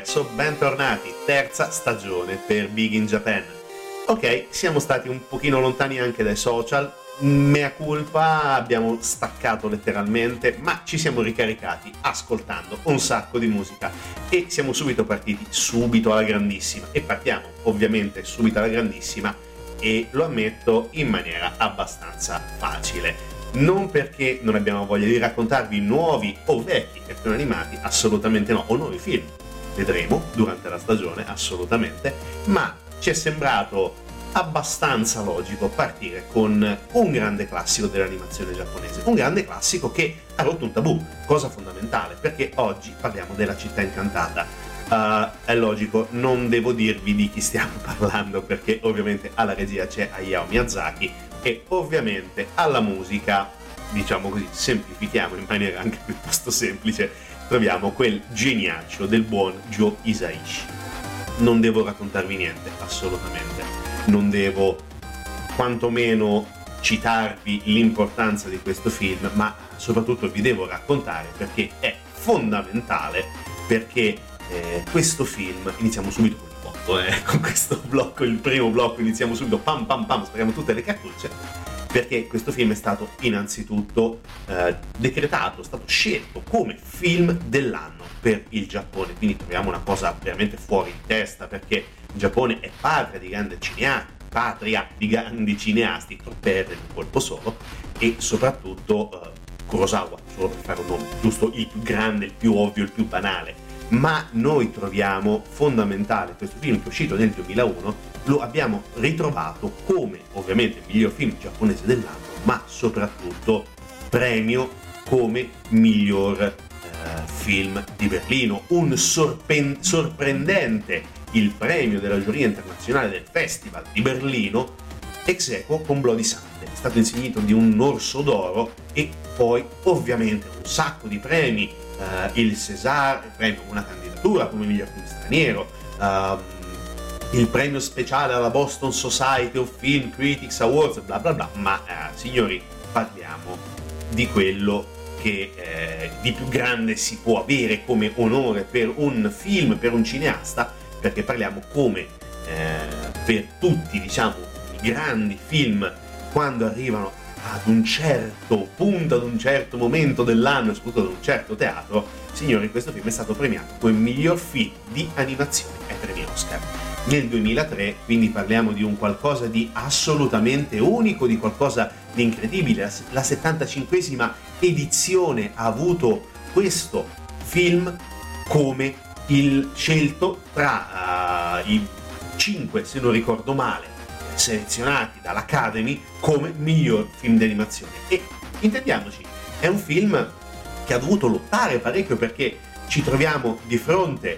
Universo, bentornati, terza stagione per Big in Japan. Ok, siamo stati un pochino lontani anche dai social, mea culpa, abbiamo staccato letteralmente, ma ci siamo ricaricati ascoltando un sacco di musica e siamo subito partiti, subito alla grandissima, e partiamo ovviamente subito alla grandissima e lo ammetto in maniera abbastanza facile. Non perché non abbiamo voglia di raccontarvi nuovi o vecchi cartoni animati, assolutamente no, o nuovi film, vedremo durante la stagione, assolutamente, ma ci è sembrato abbastanza logico partire con un grande classico dell'animazione giapponese, un grande classico che ha rotto un tabù, cosa fondamentale, perché oggi parliamo della Città Incantata. È logico, non devo dirvi di chi stiamo parlando, perché ovviamente alla regia c'è Hayao Miyazaki e ovviamente alla musica, diciamo così, semplifichiamo in maniera anche piuttosto semplice, troviamo quel geniaccio del buon Joe Hisaishi. Non devo raccontarvi niente, assolutamente, non devo quantomeno citarvi l'importanza di questo film, ma soprattutto vi devo raccontare perché è fondamentale, perché questo film, iniziamo subito con il botto, con questo blocco, il primo blocco, iniziamo subito, pam pam pam, spariamo tutte le cartucce, perché questo film è stato innanzitutto decretato, è stato scelto come film dell'anno per il Giappone, quindi troviamo una cosa veramente fuori di testa, perché il Giappone è patria di grandi cineasti, per un colpo solo, e soprattutto Kurosawa, solo per fare un nome, giusto, il più grande, il più ovvio, il più banale. Ma noi troviamo fondamentale questo film che è uscito nel 2001, lo abbiamo ritrovato come ovviamente il miglior film giapponese dell'anno, ma soprattutto premio come miglior film di Berlino, un sorprendente il premio della giuria internazionale del Festival di Berlino, ex aequo con Bloody Sunday, è stato insignito di un Orso d'Oro e poi ovviamente un sacco di premi, il César, il premio una candidatura come miglior film straniero, il premio speciale alla Boston Society of Film Critics Awards, bla bla bla, ma signori, parliamo di quello che di più grande si può avere come onore per un film, per un cineasta, perché parliamo come per tutti, diciamo, i grandi film, quando arrivano ad un certo punto, ad un certo momento dell'anno, soprattutto ad un certo teatro, signori, questo film è stato premiato come miglior film di animazione ai premi Oscar nel 2003, quindi parliamo di un qualcosa di assolutamente unico, di qualcosa di incredibile. La 75esima edizione ha avuto questo film come il scelto tra i 5, se non ricordo male, selezionati dall'Academy come miglior film di animazione. E intendiamoci, è un film che ha dovuto lottare parecchio, perché ci trovavano di fronte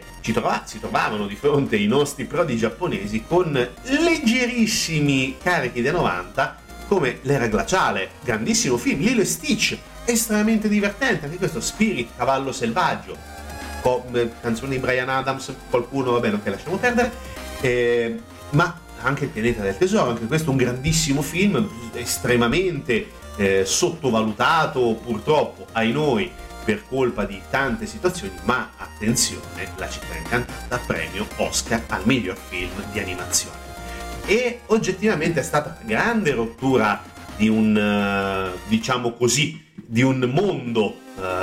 i nostri prodi giapponesi con leggerissimi carichi da 90 come L'era glaciale, grandissimo film, Lilo e Stitch, estremamente divertente, anche questo, Spirit, cavallo selvaggio, canzone di Bryan Adams, qualcuno, va bene, ok, lasciamo perdere, ma anche Il pianeta del tesoro, anche questo un grandissimo film, estremamente sottovalutato purtroppo, ai noi, per colpa di tante situazioni, ma attenzione, La Città Incantata, premio Oscar al miglior film di animazione. E oggettivamente è stata una grande rottura di un, diciamo così, di un mondo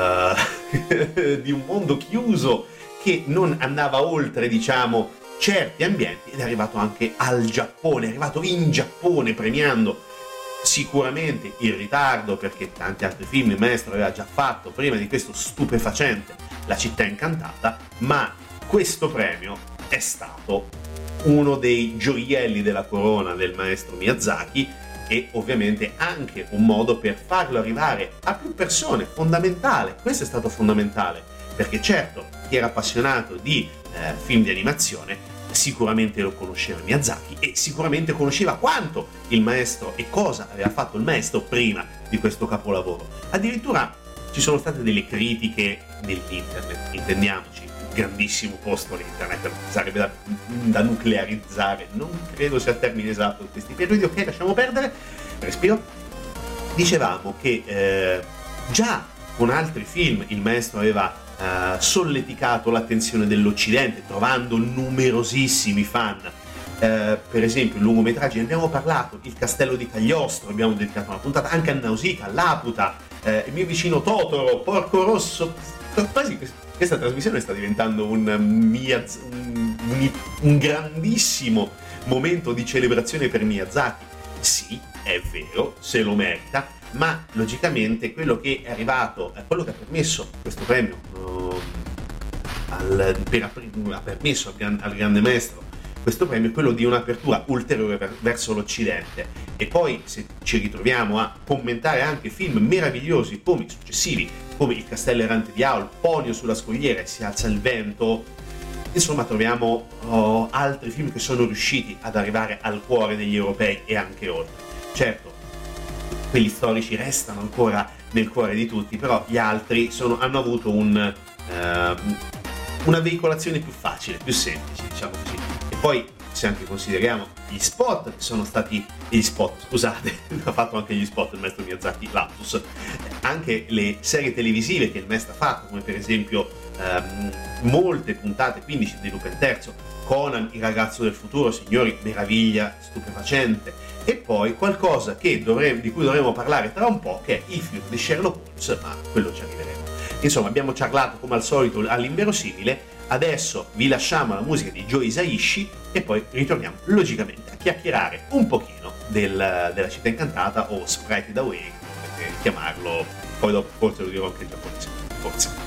di un mondo chiuso che non andava oltre, diciamo, certi ambienti, ed è arrivato anche al Giappone, è arrivato in Giappone premiando sicuramente in ritardo, perché tanti altri film il maestro aveva già fatto prima di questo stupefacente La Città Incantata, ma questo premio è stato uno dei gioielli della corona del maestro Miyazaki e ovviamente anche un modo per farlo arrivare a più persone, fondamentale, questo è stato fondamentale, perché certo, chi era appassionato di film di animazione sicuramente lo conosceva Miyazaki e sicuramente conosceva quanto il maestro e cosa aveva fatto il maestro prima di questo capolavoro. Addirittura ci sono state delle critiche nell'internet, intendiamoci, grandissimo posto l'internet, sarebbe da nuclearizzare, non credo sia il termine esatto in questi periodi, ok, lasciamo perdere, respiro. Dicevamo che già con altri film il maestro aveva solleticato l'attenzione dell'Occidente, trovando numerosissimi fan. Per esempio, il lungometraggio, ne abbiamo parlato, Il Castello di Cagliostro, abbiamo dedicato una puntata, anche a Nausicaa, Laputa, Il mio vicino Totoro, Porco Rosso. Quasi questa trasmissione sta diventando un grandissimo momento di celebrazione per Miyazaki. Sì, è vero, se lo merita, ma logicamente quello che è arrivato, quello che ha permesso questo premio, ha permesso al grande maestro questo premio, è quello di un'apertura ulteriore verso l'Occidente. E poi, se ci ritroviamo a commentare anche film meravigliosi come i successivi, come Il Castello Errante di Howl, Ponio sulla scogliera e Si alza il vento, insomma troviamo altri film che sono riusciti ad arrivare al cuore degli europei e anche oltre. Certo, quelli storici restano ancora nel cuore di tutti, però gli altri hanno avuto una veicolazione più facile, più semplice, diciamo così. E poi, se anche consideriamo gli spot che sono stati, ha fatto anche gli spot il maestro Miyazaki, lapsus, anche le serie televisive che il maestro ha fatto, come per esempio molte puntate, 15 di Lupin III, Conan, il ragazzo del futuro, signori, meraviglia stupefacente. E poi qualcosa di cui dovremo parlare tra un po', che è il film di Sherlock Holmes, ma quello ci arriveremo. Insomma, abbiamo ciarlato come al solito all'inverosimile. Adesso vi lasciamo alla musica di Joe Hisaishi e poi ritorniamo logicamente a chiacchierare un pochino della città incantata, o Spirited Away, come potete chiamarlo. Poi dopo forse lo dirò anche in giapponese, forse.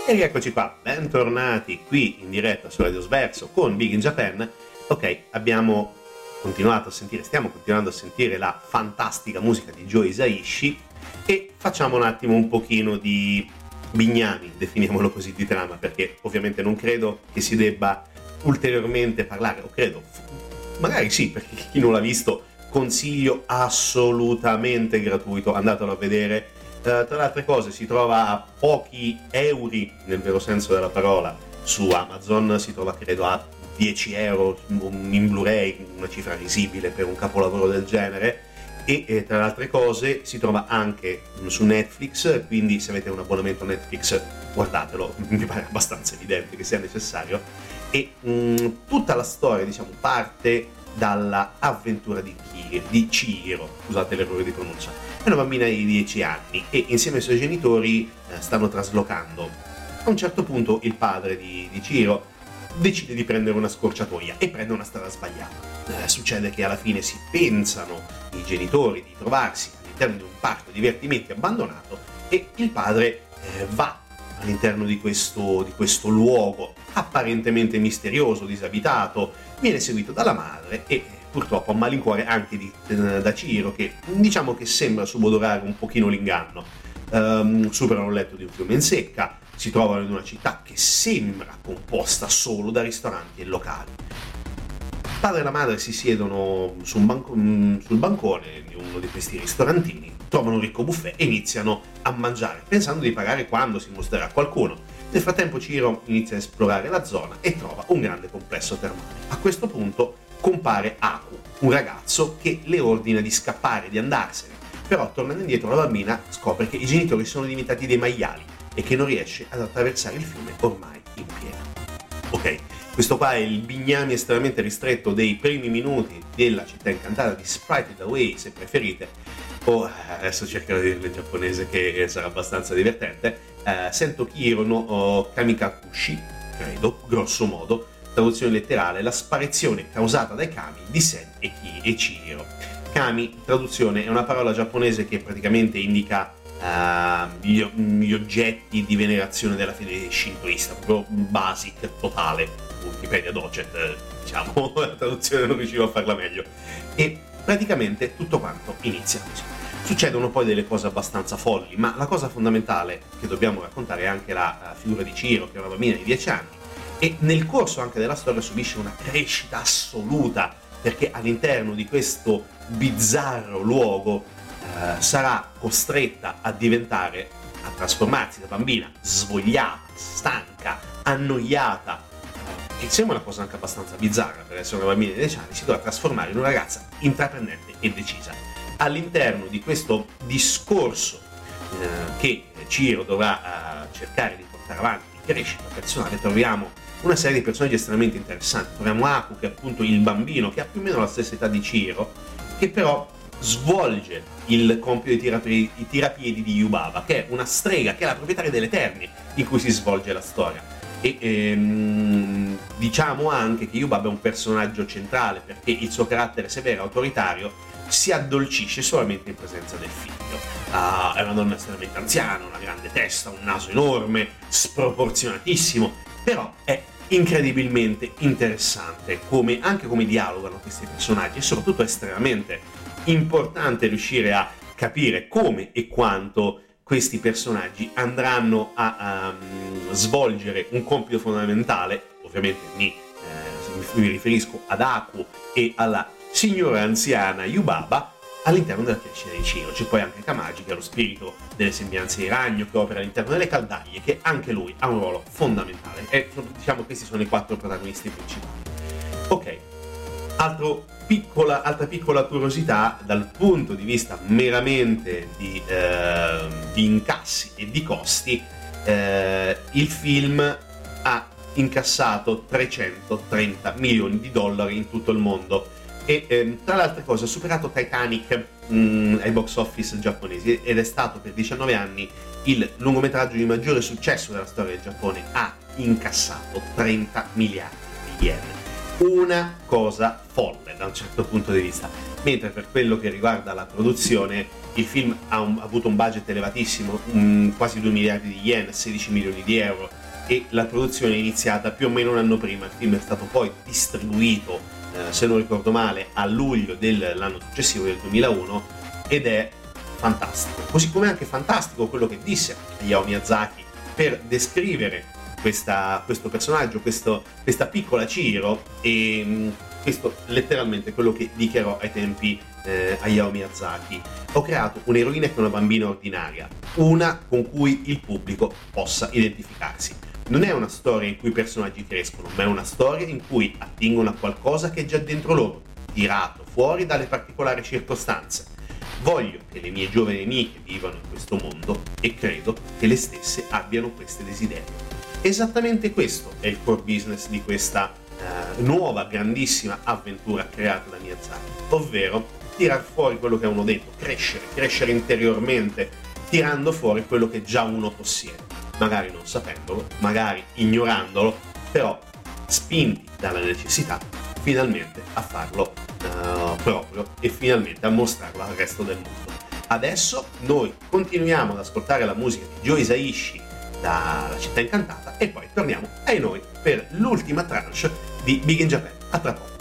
E rieccoci qua, bentornati qui in diretta su Radio Sverso con Big in Japan. Ok, stiamo continuando a sentire la fantastica musica di Joe Hisaishi e facciamo un attimo un pochino di bignami, definiamolo così, di trama, perché ovviamente non credo che si debba ulteriormente parlare, o credo, magari sì, perché chi non l'ha visto, consiglio assolutamente gratuito, andatelo a vedere. Tra le altre cose si trova a pochi euro, nel vero senso della parola, su Amazon, si trova credo a 10 euro in Blu-ray, una cifra risibile per un capolavoro del genere, e tra le altre cose si trova anche su Netflix, quindi se avete un abbonamento Netflix guardatelo, mi pare abbastanza evidente che sia necessario, e tutta la storia, diciamo, parte dalla avventura di Chihiro, scusate l'errore di pronuncia. È una bambina di 10 anni e insieme ai suoi genitori stanno traslocando. A un certo punto il padre di Chihiro decide di prendere una scorciatoia e prende una strada sbagliata. Succede che alla fine si pensano i genitori di trovarsi all'interno di un parco divertimenti abbandonato e il padre va all'interno di questo luogo apparentemente misterioso, disabitato, viene seguito dalla madre e purtroppo a malincuore anche da Chihiro, che diciamo che sembra subodorare un pochino l'inganno. Superano il letto di un fiume in secca, si trovano in una città che sembra composta solo da ristoranti e locali. Il padre e la madre si siedono sul bancone di uno di questi ristorantini, trovano un ricco buffet e iniziano a mangiare, pensando di pagare quando si mostrerà qualcuno. Nel frattempo Chihiro inizia a esplorare la zona e trova un grande complesso termale. A questo punto compare Aku, un ragazzo che le ordina di scappare, di andarsene, però tornando indietro la bambina scopre che i genitori sono diventati dei maiali e che non riesce ad attraversare il fiume ormai in piena. Ok, questo qua è il bignami estremamente ristretto dei primi minuti della città incantata di Spirited Away, se preferite, o adesso cercherò di dirlo in giapponese che sarà abbastanza divertente, Sento Kihiro no Kamikakushi, credo, grosso modo, traduzione letterale, la sparizione causata dai kami di Sen e Chihiro. Kami, traduzione, è una parola giapponese che praticamente indica gli oggetti di venerazione della fede shintoista, proprio basic, totale, Wikipedia docet, diciamo, la traduzione non riuscivo a farla meglio. E praticamente tutto quanto inizia così. Succedono poi delle cose abbastanza folli, ma la cosa fondamentale che dobbiamo raccontare è anche la figura di Chihiro, che è una bambina di 10 anni, e nel corso anche della storia subisce una crescita assoluta, perché all'interno di questo bizzarro luogo sarà costretta a trasformarsi da bambina svogliata, stanca, annoiata, che sembra una cosa anche abbastanza bizzarra per essere una bambina di 10 anni, si dovrà trasformare in una ragazza intraprendente e decisa. All'interno di questo discorso che Chihiro dovrà cercare di portare avanti di crescita personale, troviamo una serie di personaggi estremamente interessanti. Troviamo Aku, che è appunto il bambino che ha più o meno la stessa età di Chihiro, che però svolge il compito di tirapiedi di Yubaba, che è una strega, che è la proprietaria delle terme in cui si svolge la storia. E diciamo anche che Yubaba è un personaggio centrale, perché il suo carattere severo e autoritario si addolcisce solamente in presenza del figlio. È una donna estremamente anziana, una grande testa, un naso enorme, sproporzionatissimo, però è incredibilmente interessante anche come dialogano questi personaggi, e soprattutto è estremamente importante riuscire a capire come e quanto questi personaggi andranno a svolgere un compito fondamentale. Ovviamente mi riferisco ad Aku e alla signora anziana Yubaba all'interno della crescita di Chihiro. C'è poi anche Kamaji, che è lo spirito delle sembianze di ragno, che opera all'interno delle caldaglie, che anche lui ha un ruolo fondamentale, e diciamo questi sono i 4 protagonisti principali. Ok, altra piccola curiosità dal punto di vista meramente di incassi e di costi. Il film ha incassato 330 milioni di dollari in tutto il mondo e tra le altre cose ha superato Titanic ai box office giapponesi, ed è stato per 19 anni il lungometraggio di maggiore successo della storia del Giappone. Ha incassato 30 miliardi di yen, una cosa folle da un certo punto di vista. mentre per quello che riguarda la produzione il film ha avuto un budget elevatissimo, quasi 2 miliardi di yen, 16 milioni di euro, e la produzione è iniziata più o meno un anno prima. Il film è stato poi distribuito, se non ricordo male, a luglio dell'anno successivo, del 2001, ed è fantastico. Così come è anche fantastico quello che disse Hayao Miyazaki per descrivere questo personaggio, questa piccola Chihiro, e questo letteralmente quello che dichiarò ai tempi Hayao Miyazaki: ho creato un'eroina che è una bambina ordinaria, una con cui il pubblico possa identificarsi. Non è una storia in cui i personaggi crescono, ma è una storia in cui attingono a qualcosa che è già dentro loro, tirato fuori dalle particolari circostanze. Voglio che le mie giovani amiche vivano in questo mondo e credo che le stesse abbiano questi desideri. Esattamente questo è il core business di questa nuova grandissima avventura creata da Miyazaki, ovvero tirar fuori quello che uno detto, crescere interiormente, tirando fuori quello che già uno possiede, magari non sapendolo, magari ignorandolo, però spinti dalla necessità finalmente a farlo proprio e finalmente a mostrarlo al resto del mondo. Adesso noi continuiamo ad ascoltare la musica di Joe Hisaishi dalla Città Incantata e poi torniamo ai noi per l'ultima tranche di Big in Japan. A tra poco.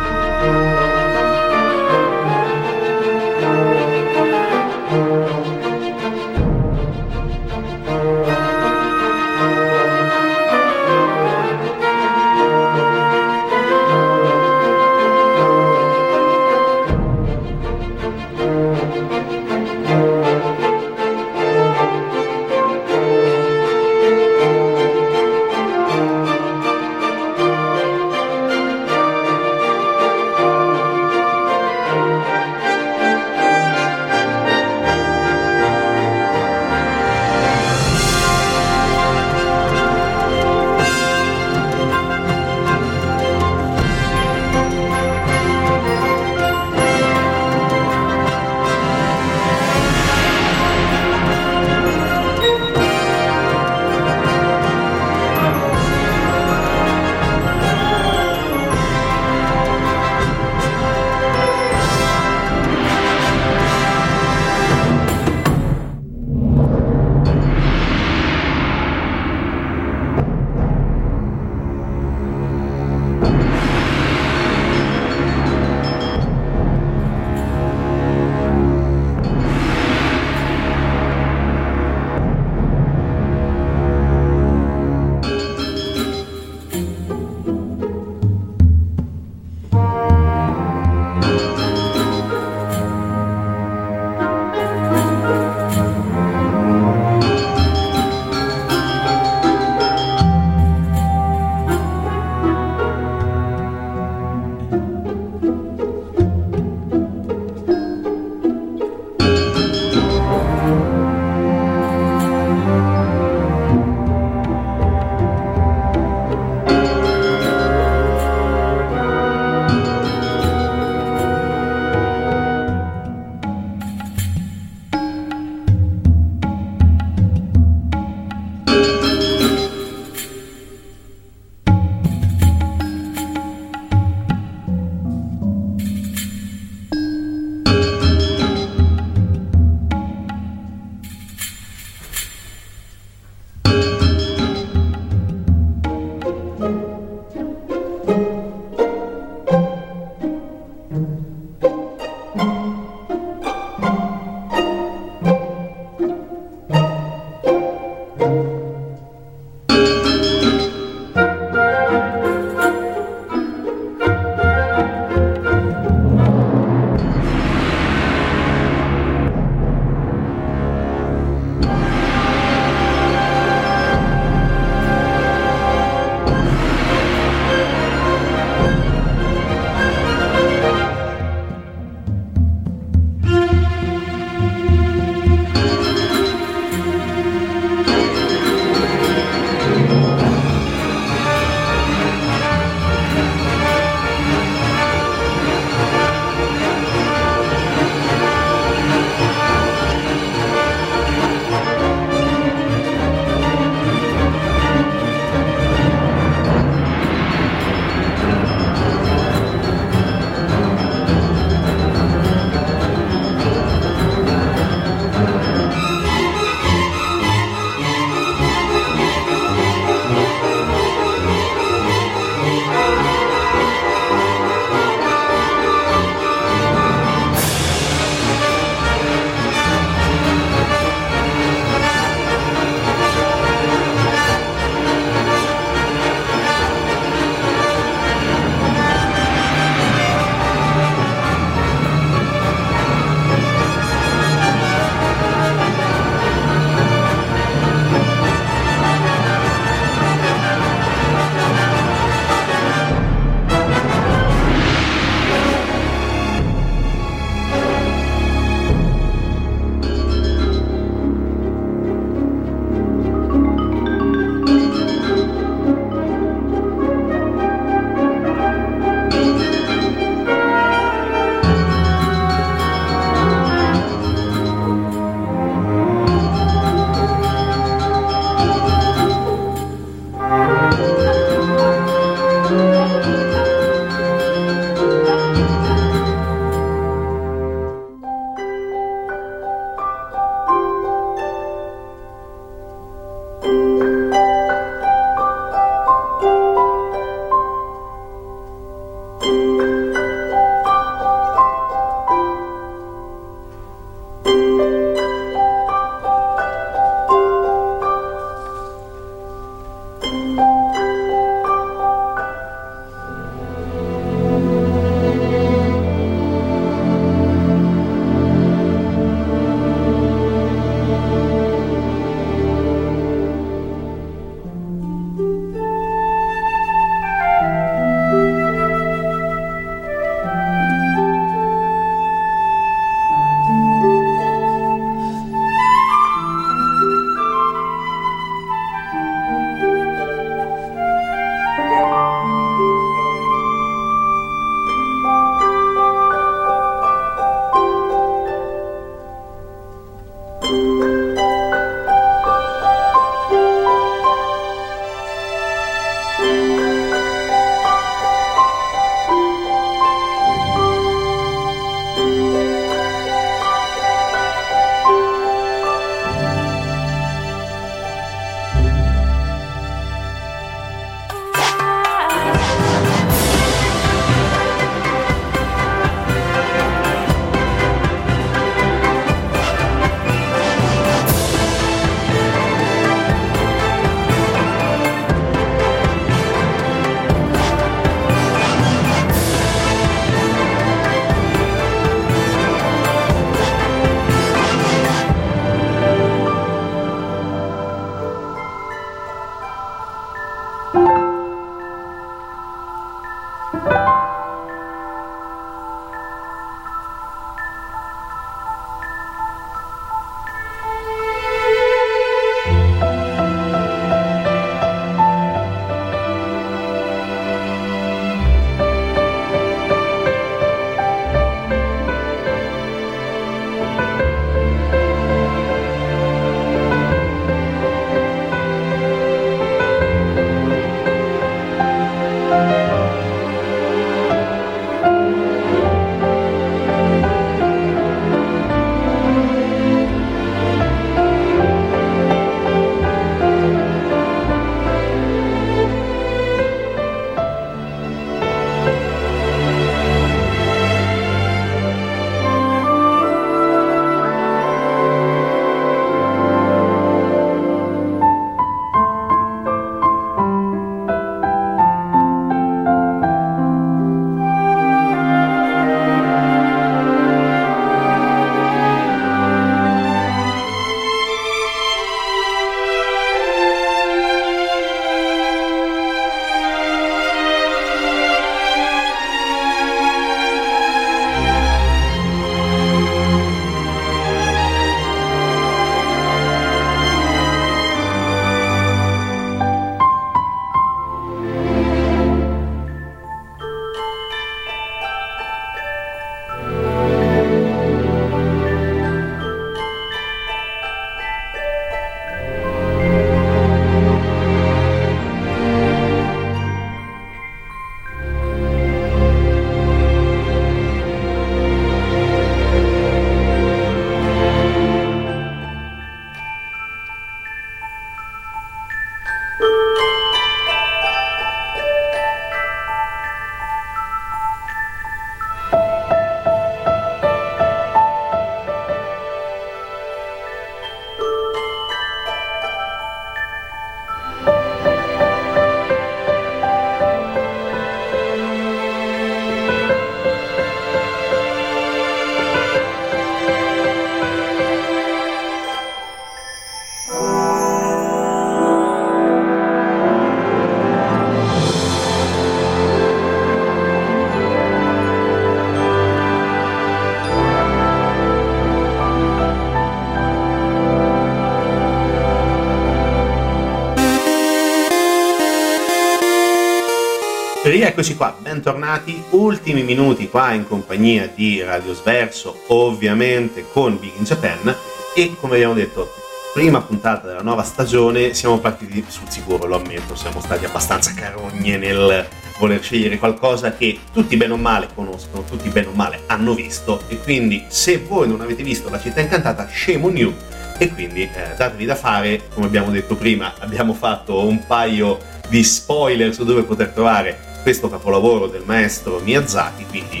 Rieccoci qua, bentornati, ultimi minuti qua in compagnia di Radio Sverso, ovviamente con Big in Japan, e come abbiamo detto, prima puntata della nuova stagione, siamo partiti sul sicuro, lo ammetto, siamo stati abbastanza carogne nel voler scegliere qualcosa che tutti bene o male conoscono, tutti bene o male hanno visto, e quindi se voi non avete visto La città incantata, shame on you, e quindi datevi da fare. Come abbiamo detto prima, abbiamo fatto un paio di spoiler su dove poter trovare questo capolavoro del maestro Miyazaki, quindi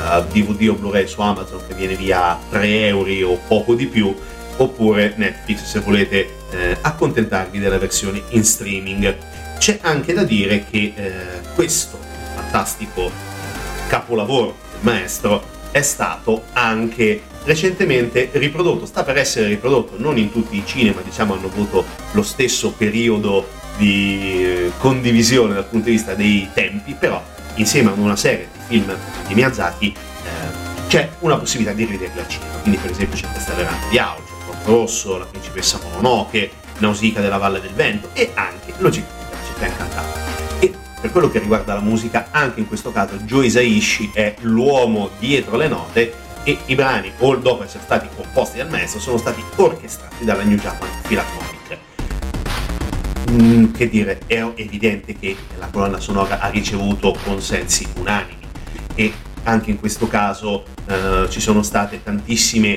DVD o Blu-ray su Amazon che viene via 3 euro o poco di più, oppure Netflix se volete accontentarvi della versione in streaming. C'è anche da dire che questo fantastico capolavoro del maestro è stato anche recentemente riprodotto, sta per essere riprodotto, non in tutti i cinema, diciamo, hanno avuto lo stesso periodo di condivisione dal punto di vista dei tempi, però insieme a una serie di film di Miyazaki c'è una possibilità di rivederli al cinema. Quindi per esempio c'è Interstellar di Hao, c'è Porco Rosso, La principessa Mononoke, Nausicaa della Valle del Vento e anche logicamente La città incantata. E per quello che riguarda la musica, anche in questo caso Joe Hisaishi è l'uomo dietro le note, e i brani, dopo essere stati composti dal maestro, sono stati orchestrati dalla New Japan Philharmonic. Che dire, è evidente che la colonna sonora ha ricevuto consensi unanimi e anche in questo caso ci sono state tantissime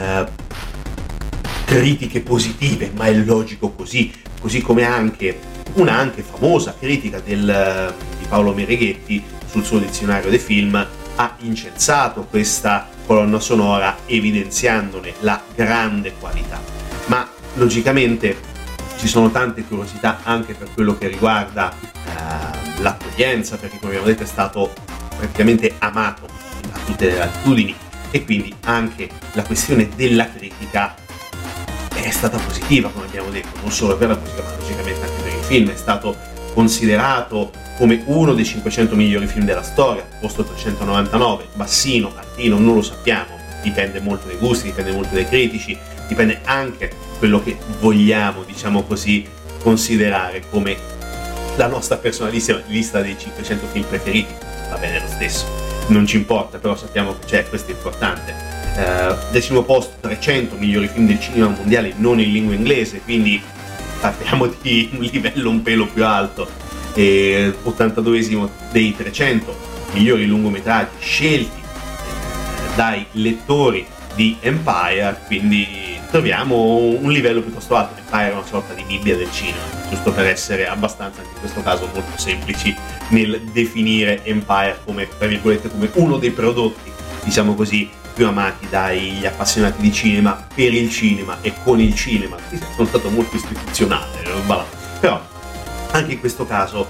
critiche positive, ma è logico così come anche una anche famosa critica di Paolo Mereghetti sul suo dizionario dei film ha incensato questa colonna sonora evidenziandone la grande qualità. Ma logicamente ci sono tante curiosità anche per quello che riguarda l'accoglienza, perché come abbiamo detto è stato praticamente amato a tutte le latitudini, e quindi anche la questione della critica è stata positiva, come abbiamo detto, non solo per la musica ma logicamente anche per il film. È stato considerato come uno dei 500 migliori film della storia, posto 399, bassino, altino, non lo sappiamo, dipende molto dai gusti, dipende molto dai critici, dipende anche quello che vogliamo, diciamo così, considerare come la nostra personalissima lista dei 500 film preferiti. Va bene lo stesso, non ci importa, però sappiamo che c'è, questo è importante. Decimo posto, 300 migliori film del cinema mondiale non in lingua inglese, quindi parliamo di un livello un pelo più alto. 82esimo dei 300 migliori lungometraggi scelti dai lettori di Empire, quindi troviamo un livello piuttosto alto. Empire è una sorta di Bibbia del cinema, giusto per essere abbastanza, anche in questo caso, molto semplici nel definire Empire come, tra virgolette, come uno dei prodotti, diciamo così, più amati dagli appassionati di cinema, per il cinema e con il cinema. Sono stato molto istituzionale, però anche in questo caso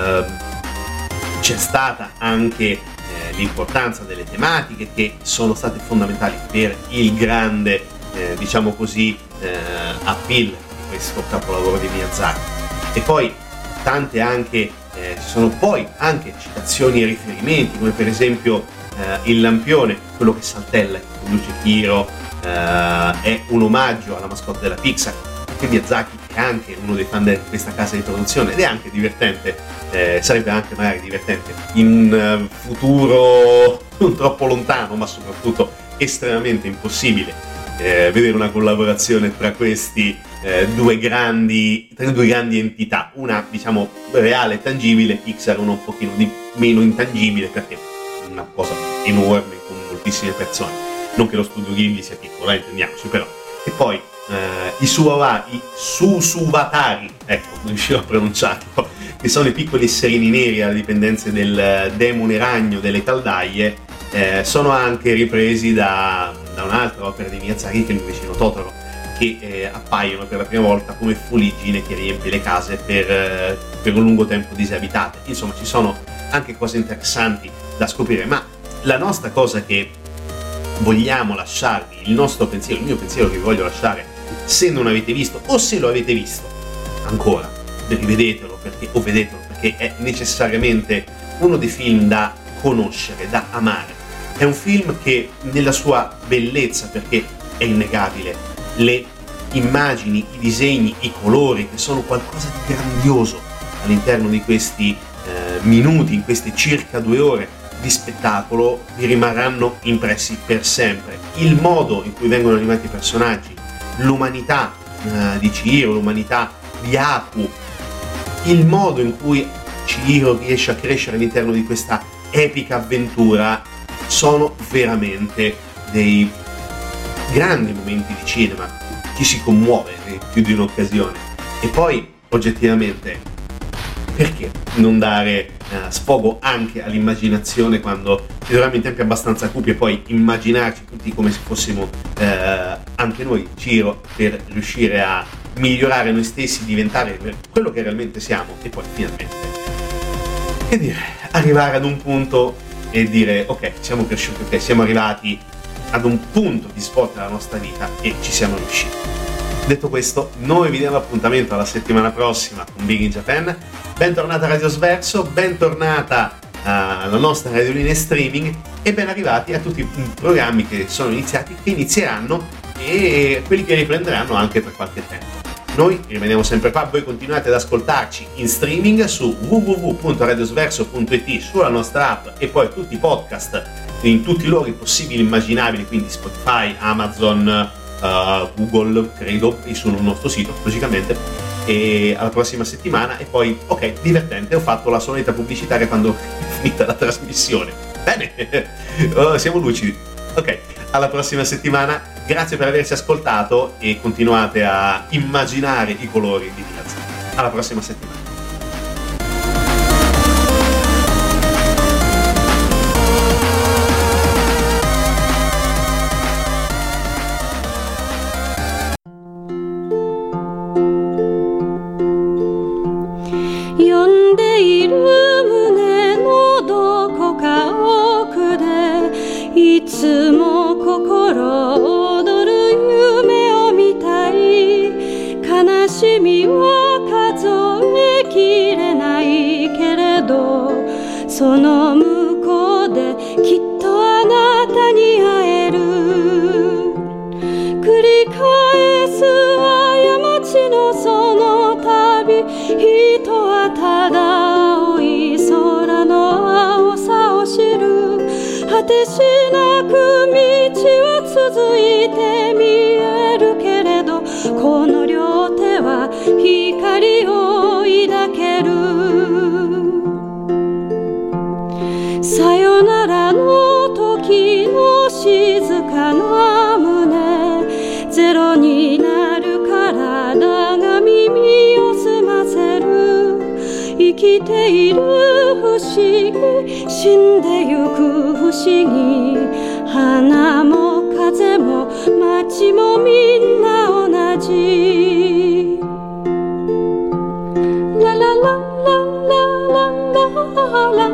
c'è stata anche l'importanza delle tematiche che sono state fondamentali per il grande, diciamo così, appeal di questo capolavoro di Miyazaki. E poi tante anche, ci sono poi anche citazioni e riferimenti, come per esempio il lampione, quello che saltella, che conduce Kiro, è un omaggio alla mascotte della Pixar, perché Miyazaki è anche uno dei fan di questa casa di produzione, ed è anche divertente, sarebbe anche magari divertente in un futuro non troppo lontano, ma soprattutto estremamente impossibile, vedere una collaborazione tra questi due grandi entità, una diciamo reale e tangibile, Pixar una un pochino di meno intangibile, perché è una cosa enorme con moltissime persone, non che lo studio Ghibli sia piccolo, intendiamoci, però. E poi i Susuvatari, ecco, non riuscivo a pronunciarlo, che sono i piccoli esserini neri alle dipendenze del demone ragno delle caldaie, sono anche ripresi da un'altra opera di Miyazaki, che è Il mio vicino Totoro, che appaiono per la prima volta come fuliggine che riempie le case per un lungo tempo disabitate. Insomma, ci sono anche cose interessanti da scoprire, ma la nostra cosa che vogliamo lasciarvi, il mio pensiero che vi voglio lasciare, se non avete visto o se lo avete visto ancora, rivedetelo o vedetelo, perché è necessariamente uno dei film da conoscere, da amare. È un film che nella sua bellezza, perché è innegabile, le immagini, i disegni, i colori, che sono qualcosa di grandioso all'interno di questi minuti, in queste circa 2 ore di spettacolo, vi rimarranno impressi per sempre. Il modo in cui vengono animati i personaggi, l'umanità di Chihiro, l'umanità di Aku, il modo in cui Chihiro riesce a crescere all'interno di questa epica avventura, sono veramente dei grandi momenti di cinema. Ci si commuove più di un'occasione. E poi, oggettivamente, perché non dare sfogo anche all'immaginazione quando ci troviamo in tempi abbastanza cupi, e poi immaginarci tutti come se fossimo anche noi Chihiro, per riuscire a migliorare noi stessi, diventare quello che realmente siamo, e poi finalmente, che dire, arrivare ad un punto e dire ok, siamo cresciuti, ok, siamo arrivati ad un punto di svolta della nostra vita e ci siamo riusciti. Detto questo, noi vi diamo appuntamento alla settimana prossima con Big in Japan. Bentornata a Radio Sverso, bentornata alla nostra radiolina streaming, e ben arrivati a tutti i programmi che sono iniziati, che inizieranno, e quelli che riprenderanno anche per qualche tempo. Noi rimaniamo sempre qua, voi continuate ad ascoltarci in streaming su www.radiosverso.it, sulla nostra app e poi tutti i podcast in tutti i luoghi possibili e immaginabili, quindi Spotify, Amazon, Google, credo, e sul nostro sito, logicamente. E alla prossima settimana. E poi, ok, divertente, ho fatto la solita pubblicitaria quando è finita la trasmissione. Bene, siamo lucidi. Ok, alla prossima settimana, grazie per averci ascoltato e continuate a immaginare i colori di Piazza. Alla prossima settimana. その向こうできっとあなたに会える繰り返す過ちのその旅人はただ青い空の青さを知る果てしなく道は続いて見えるけれどこの両手は光を抱けるさよならの時の静かな胸ゼロになる体が耳を澄ませる生きている不思議死んでゆく不思議花も風も街もみんな同じララララララララ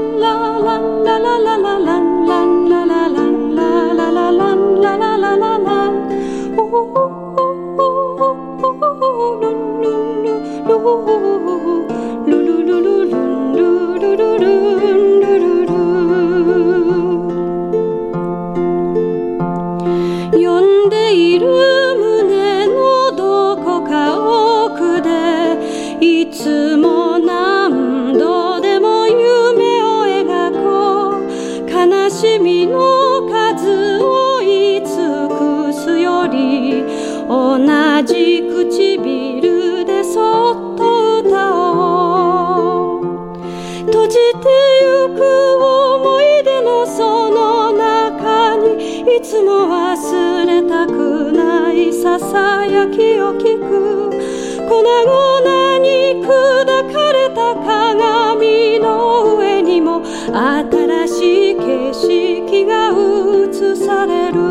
呼んでいる胸のどこか奥でいつも何度でも夢を描こう悲しみの数を言い尽くすより同じ唇でそっと歌おう閉じてゆく思い出のその中にいつも忘れたくないささやきを聞く粉々に砕かれた鏡の上にも新しい景色が映される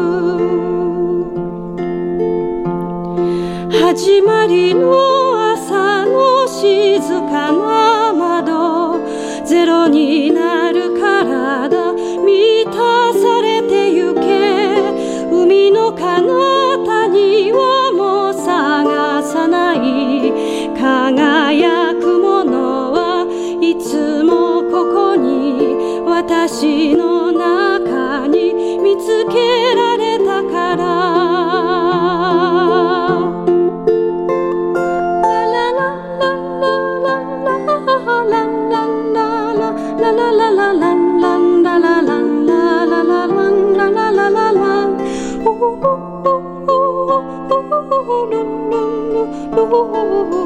始まりの朝の静かな窓ゼロになる体満たされてゆけ海の彼方にはもう探さない輝くものはいつもここに私の中に見つけられたからOh